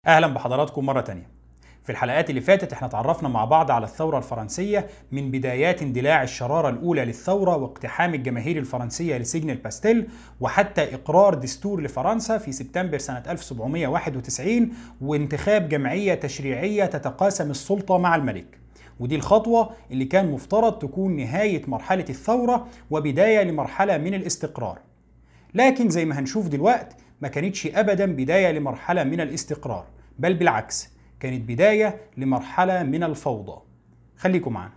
أهلا بحضراتكم مرة تانية. في الحلقات اللي فاتت احنا اتعرفنا مع بعض على الثورة الفرنسية من بدايات اندلاع الشرارة الأولى للثورة واقتحام الجماهير الفرنسية لسجن الباستيل وحتى إقرار دستور لفرنسا في سبتمبر سنة 1791 وانتخاب جمعية تشريعية تتقاسم السلطة مع الملك. ودي الخطوة اللي كان مفترض تكون نهاية مرحلة الثورة وبداية لمرحلة من الاستقرار. لكن زي ما هنشوف دلوقتي ما كانتش أبدا بداية لمرحلة من الاستقرار، بل بالعكس كانت بداية لمرحلة من الفوضى. خليكم معنا.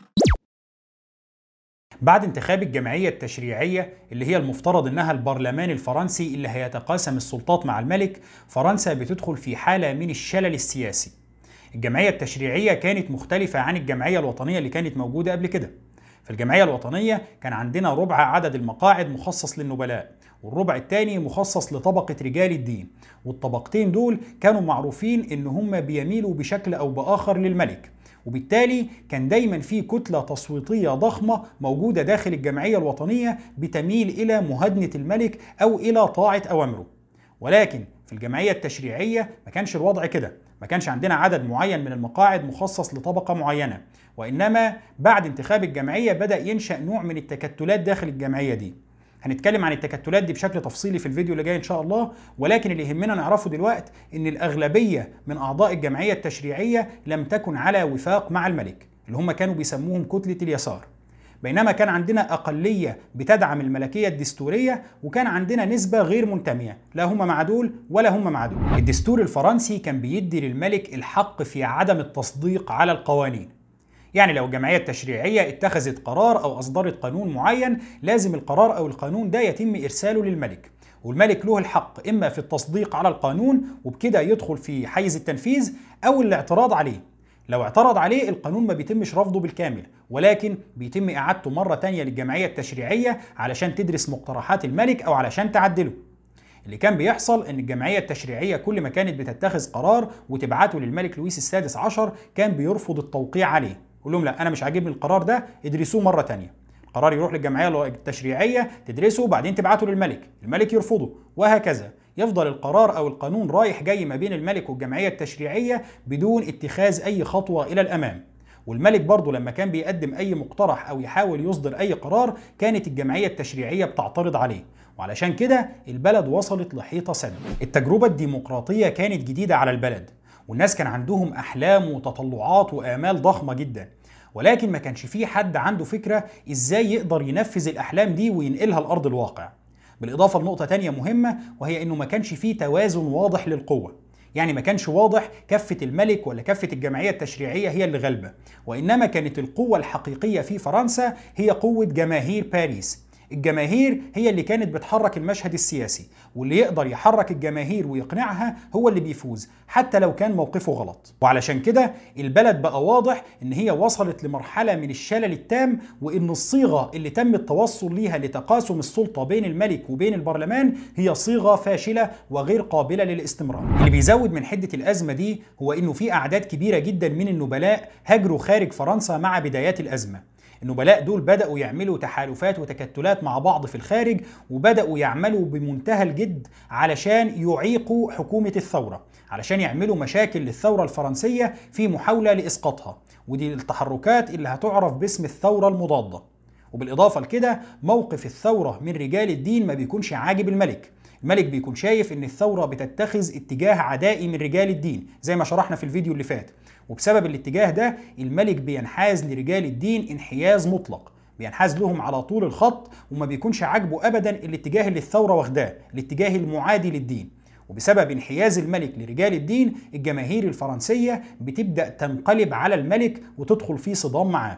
بعد انتخاب الجمعية التشريعية اللي هي المفترض انها البرلمان الفرنسي اللي هيتقاسم السلطات مع الملك، فرنسا بتدخل في حالة من الشلل السياسي. الجمعية التشريعية كانت مختلفة عن الجمعية الوطنية اللي كانت موجودة قبل كده. في الجمعية الوطنية كان عندنا ربع عدد المقاعد مخصص للنبلاء، والربع الثاني مخصص لطبقة رجال الدين، والطبقتين دول كانوا معروفين ان هم بيميلوا بشكل او باخر للملك، وبالتالي كان دايما في كتلة تصويتية ضخمة موجودة داخل الجمعية الوطنية بتميل الى مهادنة الملك او الى طاعة اوامره. ولكن في الجمعية التشريعية ما كانش الوضع كده، ما كانش عندنا عدد معين من المقاعد مخصص لطبقة معينة، وإنما بعد انتخاب الجمعية بدأ ينشأ نوع من التكتلات داخل الجمعية دي. هنتكلم عن التكتلات دي بشكل تفصيلي في الفيديو اللي جاي إن شاء الله، ولكن اللي يهمنا نعرفه دلوقتي إن الأغلبية من أعضاء الجمعية التشريعية لم تكن على وفاق مع الملك، اللي هم كانوا بيسموهم كتلة اليسار، بينما كان عندنا أقلية بتدعم الملكية الدستورية، وكان عندنا نسبة غير منتمية، لا هم مع دول ولا هم مع دول. الدستور الفرنسي كان بيدي للملك الحق في عدم التصديق على القوانين، يعني لو الجمعية التشريعية اتخذت قرار أو أصدرت قانون معين لازم القرار أو القانون ده يتم إرساله للملك، والملك له الحق إما في التصديق على القانون وبكده يدخل في حيز التنفيذ أو الاعتراض عليه. لو اعترض عليه القانون ما بيتمش رفضه بالكامل، ولكن بيتم إعادته مرة تانية للجمعية التشريعية علشان تدرس مقترحات الملك أو علشان تعدله. اللي كان بيحصل ان الجمعية التشريعية كل ما كانت بتتخذ قرار وتبعته للملك لويس السادس عشر كان بيرفض التوقيع عليه، يقول لهم لا انا مش عاجبني القرار ده، ادرسوه مرة تانية. القرار يروح للجمعية التشريعية تدرسه وبعدين تبعته للملك، الملك يرفضه، وهكذا يفضل القرار او القانون رايح جاي ما بين الملك والجمعية التشريعية بدون اتخاذ اي خطوة الى الامام. والملك برضه لما كان بيقدم اي مقترح او يحاول يصدر اي قرار كانت الجمعية التشريعية بتعترض عليه، وعلشان كده البلد وصلت لحيطة سد. التجربة الديمقراطية كانت جديدة على البلد، والناس كان عندهم أحلام وتطلعات وآمال ضخمة جدا، ولكن ما كانش فيه حد عنده فكرة إزاي يقدر ينفذ الأحلام دي وينقلها لأرض الواقع. بالإضافة لنقطة تانية مهمة، وهي إنه ما كانش فيه توازن واضح للقوة، يعني ما كانش واضح كفة الملك ولا كفة الجمعية التشريعية هي اللي غالبة، وإنما كانت القوة الحقيقية في فرنسا هي قوة جماهير باريس. الجماهير هي اللي كانت بتحرك المشهد السياسي، واللي يقدر يحرك الجماهير ويقنعها هو اللي بيفوز حتى لو كان موقفه غلط. وعلشان كده البلد بقى واضح ان هي وصلت لمرحلة من الشلل التام، وان الصيغة اللي تم التوصل ليها لتقاسم السلطة بين الملك وبين البرلمان هي صيغة فاشلة وغير قابلة للاستمرار. اللي بيزود من حدة الأزمة دي هو انه في أعداد كبيرة جدا من النبلاء هاجروا خارج فرنسا مع بدايات الأزمة. النبلاء دول بدأوا يعملوا تحالفات وتكتلات مع بعض في الخارج، وبدأوا يعملوا بمنتهى الجد علشان يعيقوا حكومة الثورة، علشان يعملوا مشاكل للثورة الفرنسية في محاولة لإسقاطها، ودي التحركات اللي هتعرف باسم الثورة المضادة. وبالإضافة لكده موقف الثورة من رجال الدين ما بيكونش عاجب الملك. الملك بيكون شايف ان الثورة بتتخذ اتجاه عدائي من رجال الدين زي ما شرحنا في الفيديو اللي فات، وبسبب الاتجاه ده الملك بينحاز لرجال الدين انحياز مطلق، بينحاز لهم على طول الخط، وما بيكونش عاجبه ابدا الاتجاه اللي الثورة واخداه، الاتجاه المعادي للدين. وبسبب انحياز الملك لرجال الدين الجماهير الفرنسية بتبدأ تنقلب على الملك وتدخل في صدام معاه.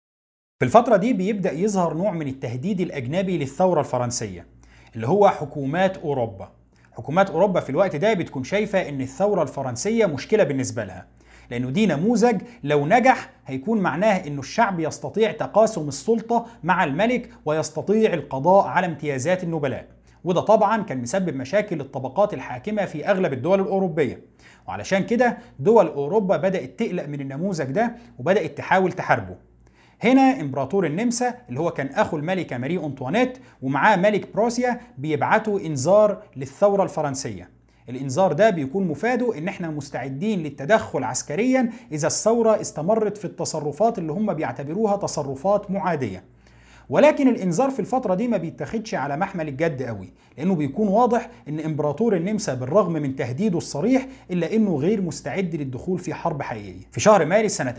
في الفترة دي بيبدأ يظهر نوع من التهديد الأجنبي للثورة الفرنسية اللي هو حكومات أوروبا. حكومات أوروبا في الوقت ده بتكون شايفة إن الثورة الفرنسية مشكلة بالنسبة لها، لأنه دي نموذج لو نجح هيكون معناه إنه الشعب يستطيع تقاسم السلطة مع الملك ويستطيع القضاء على امتيازات النبلاء، وده طبعا كان مسبب مشاكل للطبقات الحاكمة في أغلب الدول الأوروبية. وعلشان كده دول أوروبا بدأت تقلق من النموذج ده وبدأت تحاول تحاربه. هنا امبراطور النمسا اللي هو كان اخو الملكه ماري انطوانيت ومعاه ملك بروسيا بيبعتوا انذار للثوره الفرنسيه. الإنذار ده بيكون مفاده إن إحنا مستعدين للتدخل عسكريا إذا الثورة استمرت في التصرفات اللي هم بيعتبروها تصرفات معادية. ولكن الإنذار في الفترة دي ما بيتاخدش على محمل الجد قوي، لأنه بيكون واضح إن إمبراطور النمسا بالرغم من تهديده الصريح إلا إنه غير مستعد للدخول في حرب حقيقية. في شهر مارس سنة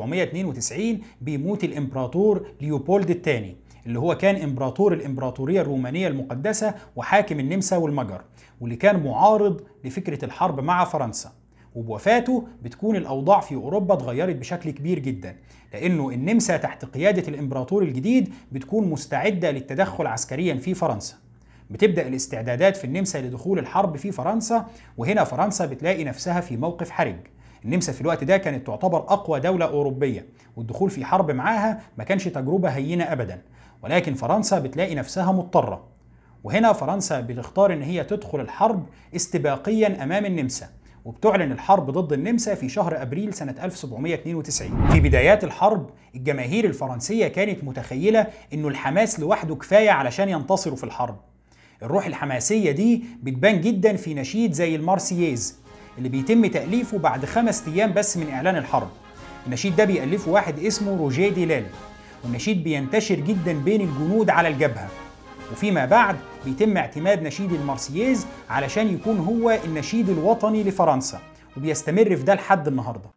1792 بيموت الإمبراطور ليوبولد الثاني، اللي هو كان إمبراطور الإمبراطورية الرومانية المقدسة وحاكم النمسا والمجر، واللي كان معارض لفكرة الحرب مع فرنسا. وبوفاته بتكون الأوضاع في أوروبا اتغيرت بشكل كبير جدا، لأنه النمسا تحت قيادة الإمبراطور الجديد بتكون مستعدة للتدخل عسكريا في فرنسا. بتبدأ الاستعدادات في النمسا لدخول الحرب في فرنسا، وهنا فرنسا بتلاقي نفسها في موقف حرج. النمسا في الوقت ده كانت تعتبر أقوى دولة أوروبية، والدخول في حرب معاها ما كانش تجربة هينة أبدا، ولكن فرنسا بتلاقي نفسها مضطرة. وهنا فرنسا بتختار إن هي تدخل الحرب استباقيا أمام النمسا، وبتعلن الحرب ضد النمسا في شهر أبريل سنة 1792. في بدايات الحرب الجماهير الفرنسية كانت متخيلة إنه الحماس لوحده كفاية علشان ينتصروا في الحرب. الروح الحماسية دي بتبان جدا في نشيد زي المارسييز اللي بيتم تأليفه بعد 5 أيام بس من إعلان الحرب. النشيد ده بيألفه واحد اسمه روجيه ديلال، والنشيد بينتشر جدا بين الجنود على الجبهة، وفيما بعد بيتم اعتماد نشيد المارسييز علشان يكون هو النشيد الوطني لفرنسا، وبيستمر في ده لحد النهارده.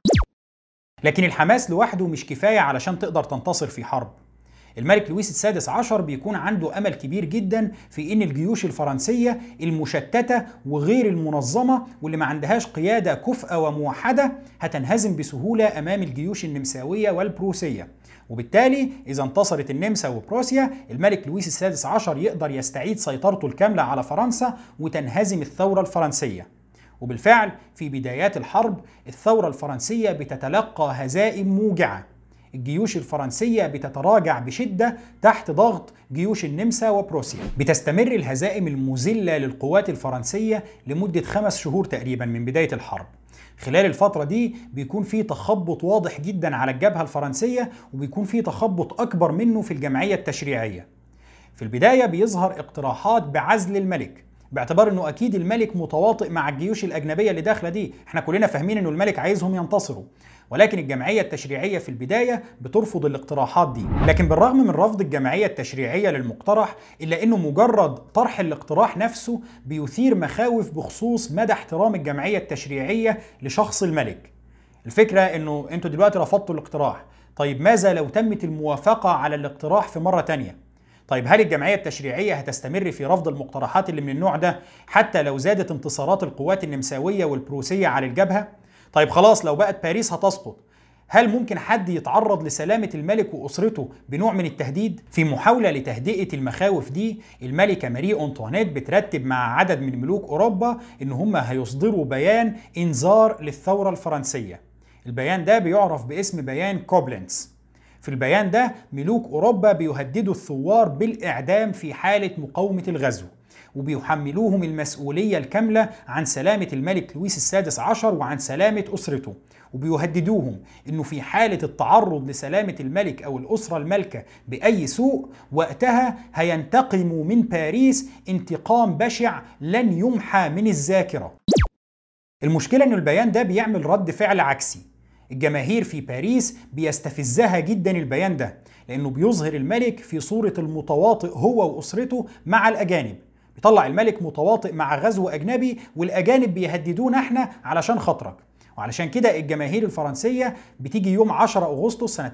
لكن الحماس لوحده مش كفاية علشان تقدر تنتصر في حرب. الملك لويس السادس عشر بيكون عنده أمل كبير جدا في إن الجيوش الفرنسية المشتتة وغير المنظمة واللي ما عندهاش قيادة كفءة وموحدة هتنهزم بسهولة أمام الجيوش النمساوية والبروسية، وبالتالي إذا انتصرت النمسا وبروسيا الملك لويس السادس عشر يقدر يستعيد سيطرته الكاملة على فرنسا وتنهزم الثورة الفرنسية. وبالفعل في بدايات الحرب الثورة الفرنسية بتتلقى هزائم موجعة. الجيوش الفرنسية بتتراجع بشدة تحت ضغط جيوش النمسا وبروسيا. بتستمر الهزائم المذلة للقوات الفرنسية لمدة 5 شهور تقريبا من بداية الحرب. خلال الفترة دي بيكون في تخبط واضح جدا على الجبهة الفرنسية، وبيكون في تخبط أكبر منه في الجمعية التشريعية. في البداية بيظهر اقتراحات بعزل الملك، باعتبار انه اكيد الملك متواطئ مع الجيوش الاجنبيه اللي داخله دي، احنا كلنا فاهمين انه الملك عايزهم ينتصروا، ولكن الجمعيه التشريعيه في البدايه بترفض الاقتراحات دي. لكن بالرغم من رفض الجمعيه التشريعيه للمقترح الا انه مجرد طرح الاقتراح نفسه بيثير مخاوف بخصوص مدى احترام الجمعيه التشريعيه لشخص الملك. الفكره انه انتوا دلوقتي رفضتوا الاقتراح، طيب ماذا لو تمت الموافقه على الاقتراح في مره تانية؟ طيب هل الجمعية التشريعية هتستمر في رفض المقترحات اللي من النوع ده حتى لو زادت انتصارات القوات النمساوية والبروسية على الجبهة؟ طيب خلاص لو بقت باريس هتسقط، هل ممكن حد يتعرض لسلامة الملك وأسرته بنوع من التهديد؟ في محاولة لتهدئة المخاوف دي الملكة ماري أنطوانيت بترتب مع عدد من ملوك أوروبا إن هم هيصدروا بيان إنذار للثورة الفرنسية. البيان ده بيعرف باسم بيان كوبلنز. في البيان ده ملوك أوروبا بيهددوا الثوار بالإعدام في حالة مقاومة الغزو، وبيحملوهم المسؤولية الكاملة عن سلامة الملك لويس السادس عشر وعن سلامة أسرته، وبيهددوهم إنه في حالة التعرض لسلامة الملك أو الأسرة المالكة بأي سوء وقتها هينتقموا من باريس انتقام بشع لن يمحى من الذاكرة. المشكلة إن البيان ده بيعمل رد فعل عكسي. الجماهير في باريس بيستفزها جدا البيان ده، لأنه بيظهر الملك في صورة المتواطئ هو وأسرته مع الأجانب. بيطلع الملك متواطئ مع غزو أجنبي، والأجانب بيهددونا احنا علشان خاطرك. وعلشان كده الجماهير الفرنسية بتيجي يوم 10 أغسطس سنة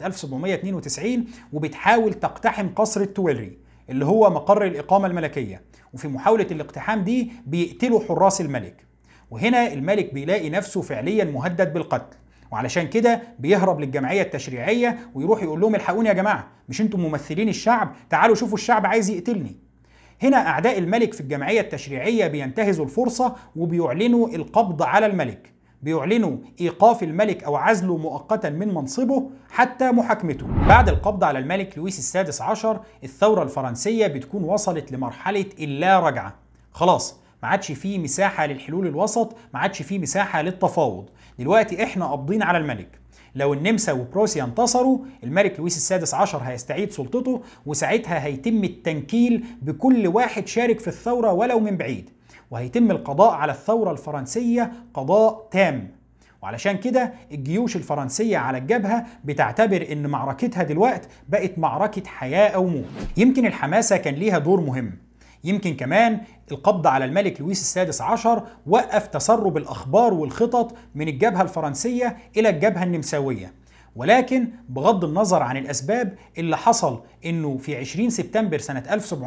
1792 وبتحاول تقتحم قصر التويلري اللي هو مقر الإقامة الملكية، وفي محاولة الاقتحام دي بيقتلوا حراس الملك. وهنا الملك بيلاقي نفسه فعليا مهدد بالقتل، وعلشان كده بيهرب للجمعية التشريعية ويروح يقول لهم الحقوني يا جماعة، مش انتم ممثلين الشعب، تعالوا شوفوا الشعب عايز يقتلني. هنا أعداء الملك في الجمعية التشريعية بينتهزوا الفرصة وبيعلنوا القبض على الملك، بيعلنوا إيقاف الملك أو عزله مؤقتا من منصبه حتى محاكمته. بعد القبض على الملك لويس السادس عشر الثورة الفرنسية بتكون وصلت لمرحلة اللا رجعة. خلاص ما عادش فيه مساحة للحلول الوسط، ما عادش فيه مساحة للتفاوض. دلوقتي احنا قابضين على الملك. لو النمسا وبروسيا انتصروا الملك لويس السادس عشر هيستعيد سلطته، وساعتها هيتم التنكيل بكل واحد شارك في الثورة ولو من بعيد، وهيتم القضاء على الثورة الفرنسية قضاء تام. وعلشان كده الجيوش الفرنسية على الجبهة بتعتبر إن معركتها دلوقت بقت معركة حياة أو موت. يمكن الحماسة كان ليها دور مهم، يمكن كمان القبض على الملك لويس السادس عشر وقف تسرب الأخبار والخطط من الجبهة الفرنسية إلى الجبهة النمساوية. ولكن بغض النظر عن الأسباب، اللي حصل إنه في 20 سبتمبر سنة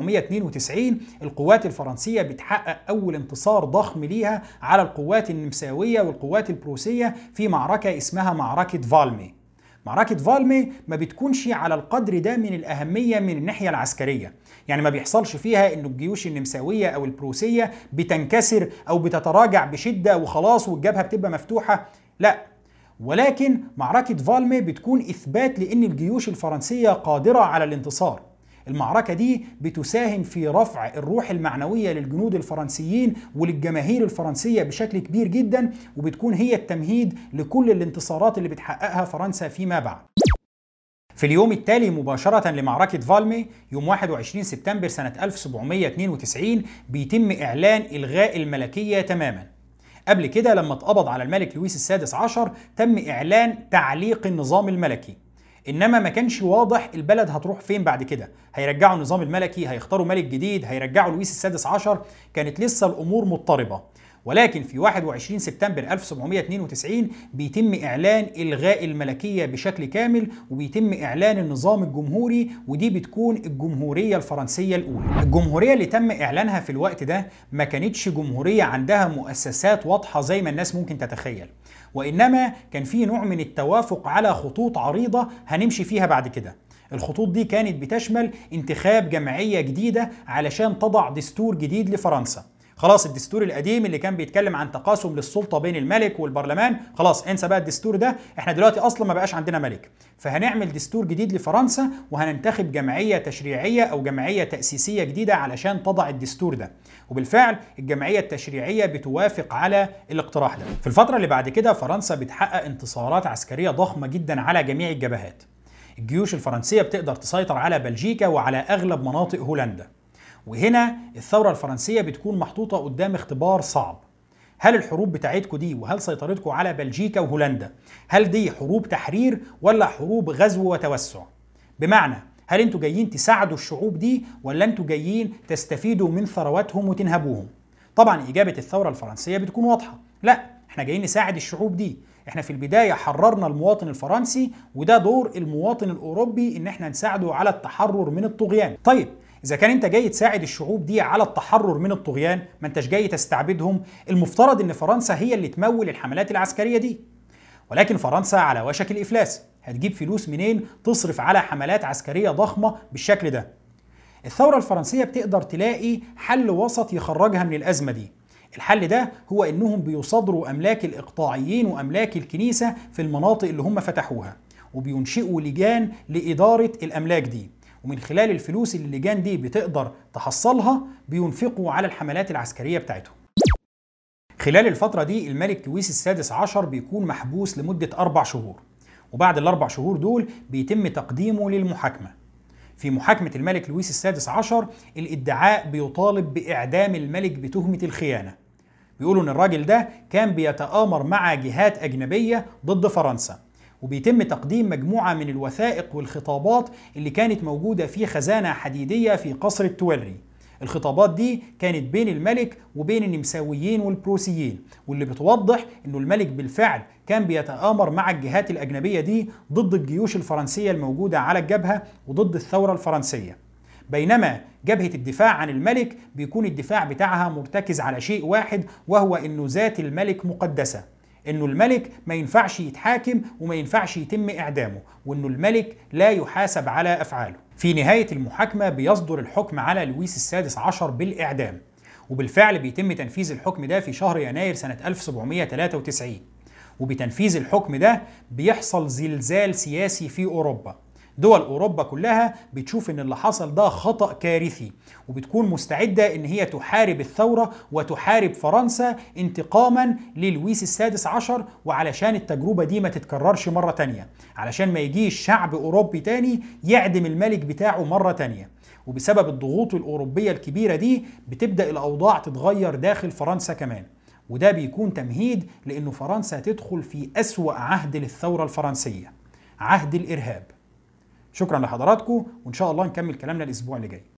1792 القوات الفرنسية بتحقق أول انتصار ضخم ليها على القوات النمساوية والقوات البروسية في معركة اسمها معركة فالمي. معركة فالمي ما بتكونش على القدر ده من الأهمية من الناحية العسكرية، يعني ما بيحصلش فيها إنه الجيوش النمساوية أو البروسية بتنكسر أو بتتراجع بشدة وخلاص والجبهة بتبقى مفتوحة، لا. ولكن معركة فالمي بتكون إثبات لأن الجيوش الفرنسية قادرة على الانتصار. المعركة دي بتساهم في رفع الروح المعنوية للجنود الفرنسيين وللجماهير الفرنسية بشكل كبير جدا، وبتكون هي التمهيد لكل الانتصارات اللي بتحققها فرنسا فيما بعد. في اليوم التالي مباشرة لمعركة فالمي، يوم 21 سبتمبر سنة 1792 بيتم إعلان إلغاء الملكية تماما. قبل كده لما اتقبض على الملك لويس السادس عشر تم إعلان تعليق النظام الملكي، إنما ما كانش واضح البلد هتروح فين بعد كده. هيرجعوا النظام الملكي، هيختاروا ملك جديد، هيرجعوا لويس السادس عشر، كانت لسه الأمور مضطربة. ولكن في 21 سبتمبر 1792 بيتم إعلان إلغاء الملكية بشكل كامل، وبيتم إعلان النظام الجمهوري، ودي بتكون الجمهورية الفرنسية الأولى. الجمهورية اللي تم إعلانها في الوقت ده ما كانتش جمهورية عندها مؤسسات واضحة زي ما الناس ممكن تتخيل، وإنما كان في نوع من التوافق على خطوط عريضة هنمشي فيها بعد كده. الخطوط دي كانت بتشمل انتخاب جمعية جديدة علشان تضع دستور جديد لفرنسا. خلاص الدستور القديم اللي كان بيتكلم عن تقاسم للسلطة بين الملك والبرلمان، خلاص انسى بقى الدستور ده، احنا دلوقتي اصلا ما بقاش عندنا ملك، فهنعمل دستور جديد لفرنسا وهننتخب جمعية تشريعية او جمعية تأسيسية جديدة علشان تضع الدستور ده. وبالفعل الجمعية التشريعية بتوافق على الاقتراح ده. في الفترة اللي بعد كده فرنسا بتحقق انتصارات عسكرية ضخمة جدا على جميع الجبهات. الجيوش الفرنسية بتقدر تسيطر على بلجيكا وعلى اغلب مناطق هولندا. وهنا الثورة الفرنسية بتكون محطوطة قدام اختبار صعب. هل الحروب بتاعتكم دي وهل سيطرتكم على بلجيكا وهولندا هل دي حروب تحرير ولا حروب غزو وتوسع؟ بمعنى هل انتوا جايين تساعدوا الشعوب دي ولا انتوا جايين تستفيدوا من ثرواتهم وتنهبوهم؟ طبعا إجابة الثورة الفرنسية بتكون واضحة، لا، احنا جايين نساعد الشعوب دي. احنا في البداية حررنا المواطن الفرنسي، وده دور المواطن الأوروبي ان احنا نساعده على التحرر من الطغيان. طيب إذا كان أنت جاي تساعد الشعوب دي على التحرر من الطغيان، ما أنتش جاي تستعبدهم، المفترض إن فرنسا هي اللي تمول الحملات العسكرية دي. ولكن فرنسا على وشك الإفلاس، هتجيب فلوس منين تصرف على حملات عسكرية ضخمة بالشكل ده؟ الثورة الفرنسية بتقدر تلاقي حل وسط يخرجها من الأزمة دي. الحل ده هو إنهم بيصادروا أملاك الإقطاعيين وأملاك الكنيسة في المناطق اللي هم فتحوها، وبينشئوا لجان لإدارة الأملاك دي، ومن خلال الفلوس اللي اللجان دي بتقدر تحصلها بينفقوا على الحملات العسكرية بتاعتهم. خلال الفترة دي الملك لويس السادس عشر بيكون محبوس لمدة 4 شهور، وبعد ال4 شهور دول بيتم تقديمه للمحاكمة. في محاكمة الملك لويس السادس عشر الادعاء بيطالب بإعدام الملك بتهمة الخيانة. بيقولوا إن الراجل ده كان بيتآمر مع جهات أجنبية ضد فرنسا، وبيتم تقديم مجموعة من الوثائق والخطابات اللي كانت موجودة في خزانة حديدية في قصر التويلري. الخطابات دي كانت بين الملك وبين النمساويين والبروسيين، واللي بتوضح انه الملك بالفعل كان بيتآمر مع الجهات الأجنبية دي ضد الجيوش الفرنسية الموجودة على الجبهة وضد الثورة الفرنسية. بينما جبهة الدفاع عن الملك بيكون الدفاع بتاعها مرتكز على شيء واحد، وهو انه ذات الملك مقدسة، انه الملك ما ينفعش يتحاكم وما ينفعش يتم اعدامه، وانه الملك لا يحاسب على افعاله. في نهاية المحاكمة بيصدر الحكم على لويس السادس عشر بالاعدام، وبالفعل بيتم تنفيذ الحكم ده في شهر يناير سنة 1793. وبتنفيذ الحكم ده بيحصل زلزال سياسي في اوروبا. دول أوروبا كلها بتشوف إن اللي حصل ده خطأ كارثي، وبتكون مستعدة إن هي تحارب الثورة وتحارب فرنسا انتقاما للويس السادس عشر، وعلشان التجربة دي ما تتكررش مرة تانية، علشان ما يجيش شعب أوروبي تاني يعدم الملك بتاعه مرة تانية. وبسبب الضغوط الأوروبية الكبيرة دي بتبدأ الأوضاع تتغير داخل فرنسا كمان، وده بيكون تمهيد لأنه فرنسا تدخل في أسوأ عهد للثورة الفرنسية، عهد الإرهاب. شكرا لحضراتكم، وإن شاء الله نكمل كلامنا الأسبوع اللي جاي.